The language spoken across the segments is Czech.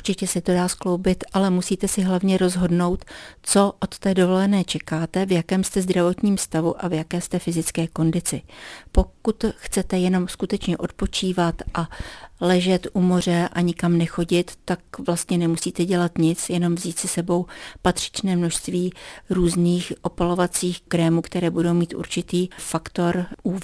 určitě se to dá skloubit, ale musíte si hlavně rozhodnout, co od té dovolené čekáte, v jakém jste zdravotním stavu a v jaké jste fyzické kondici. Pokud chcete jenom skutečně odpočívat a ležet u moře a nikam nechodit, tak vlastně nemusíte dělat nic, jenom vzít si sebou patřičné množství různých opalovacích krémů, které budou mít určitý faktor UV.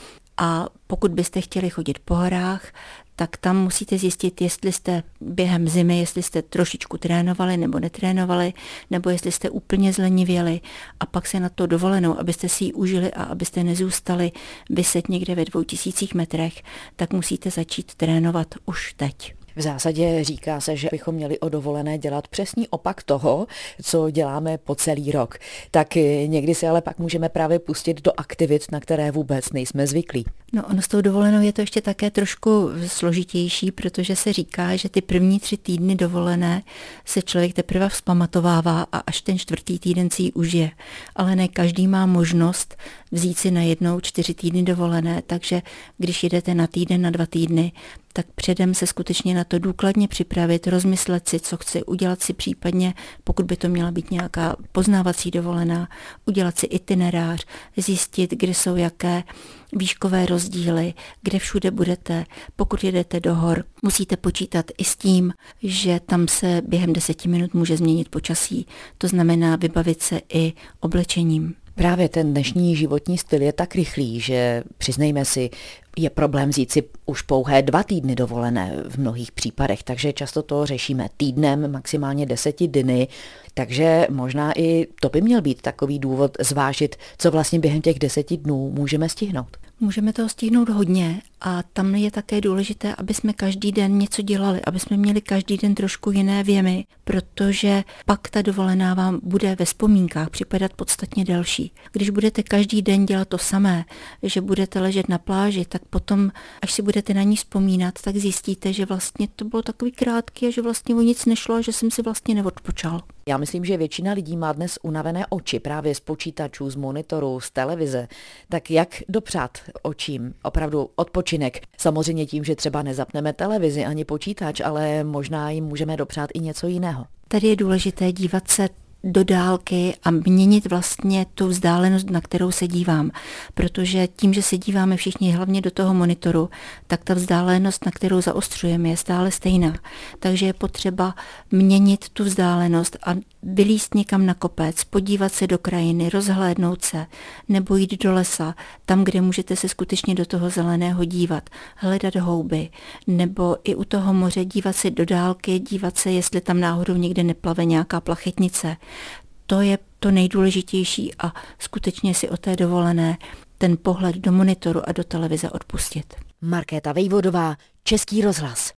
A pokud byste chtěli chodit po horách, tak tam musíte zjistit, jestli jste během zimy, jestli jste trošičku trénovali nebo netrénovali, nebo jestli jste úplně zlenivěli a pak se na to dovolenou, abyste si ji užili a abyste nezůstali viset někde ve 2000 metrech, tak musíte začít trénovat už teď. V zásadě říká se, že bychom měli o dovolené dělat přesný opak toho, co děláme po celý rok. Tak někdy se ale pak můžeme právě pustit do aktivit, na které vůbec nejsme zvyklí. No ono s tou dovolenou je to ještě také trošku složitější, protože se říká, že ty první 3 týdny dovolené se člověk teprve vzpamatovává a až ten 4. týden si ji užije. Ale ne každý má možnost vzít si najednou 4 týdny dovolené, takže když jedete na týden, na 2 týdny, tak předem se skutečně na to důkladně připravit, rozmyslet si, co chci, udělat si případně, pokud by to měla být nějaká poznávací dovolená, udělat si itinerář, zjistit, kde jsou jaké výškové rozdíly, kde všude budete. Pokud jedete do hor, musíte počítat i s tím, že tam se během 10 minut může změnit počasí. To znamená vybavit se i oblečením. Právě ten dnešní životní styl je tak rychlý, že přiznejme si, je problém vzít si už pouhé 2 týdny dovolené v mnohých případech, takže často to řešíme týdnem, maximálně 10 dny, takže možná i to by měl být takový důvod zvážit, co vlastně během těch 10 dnů můžeme stihnout. Můžeme toho stihnout hodně a tam je také důležité, aby jsme každý den něco dělali, aby jsme měli každý den trošku jiné věmy, protože pak ta dovolená vám bude ve vzpomínkách připadat podstatně delší. Když budete každý den dělat to samé, že budete ležet na pláži, tak potom, až si budete na ní vzpomínat, tak zjistíte, že vlastně to bylo takový krátký a že vlastně o nic nešlo a že jsem si vlastně neodpočal. Já myslím, že většina lidí má dnes unavené oči právě z počítačů, z monitorů, z televize. Tak jak dopřát očím opravdu odpočinek? Samozřejmě tím, že třeba nezapneme televizi ani počítač, ale možná jim můžeme dopřát i něco jiného. Tady je důležité dívat se do dálky a měnit vlastně tu vzdálenost, na kterou se dívám. Protože tím, že se díváme všichni hlavně do toho monitoru, tak ta vzdálenost, na kterou zaostřujeme, je stále stejná. Takže je potřeba měnit tu vzdálenost a vylízt někam na kopec, podívat se do krajiny, rozhlédnout se, nebo jít do lesa, tam, kde můžete se skutečně do toho zeleného dívat, hledat houby, nebo i u toho moře dívat se do dálky, dívat se, jestli tam náhodou někde neplave nějaká plachetnice. To je to nejdůležitější a skutečně si o té dovolené ten pohled do monitoru a do televize odpustit. Markéta Vejvodová, Český rozhlas.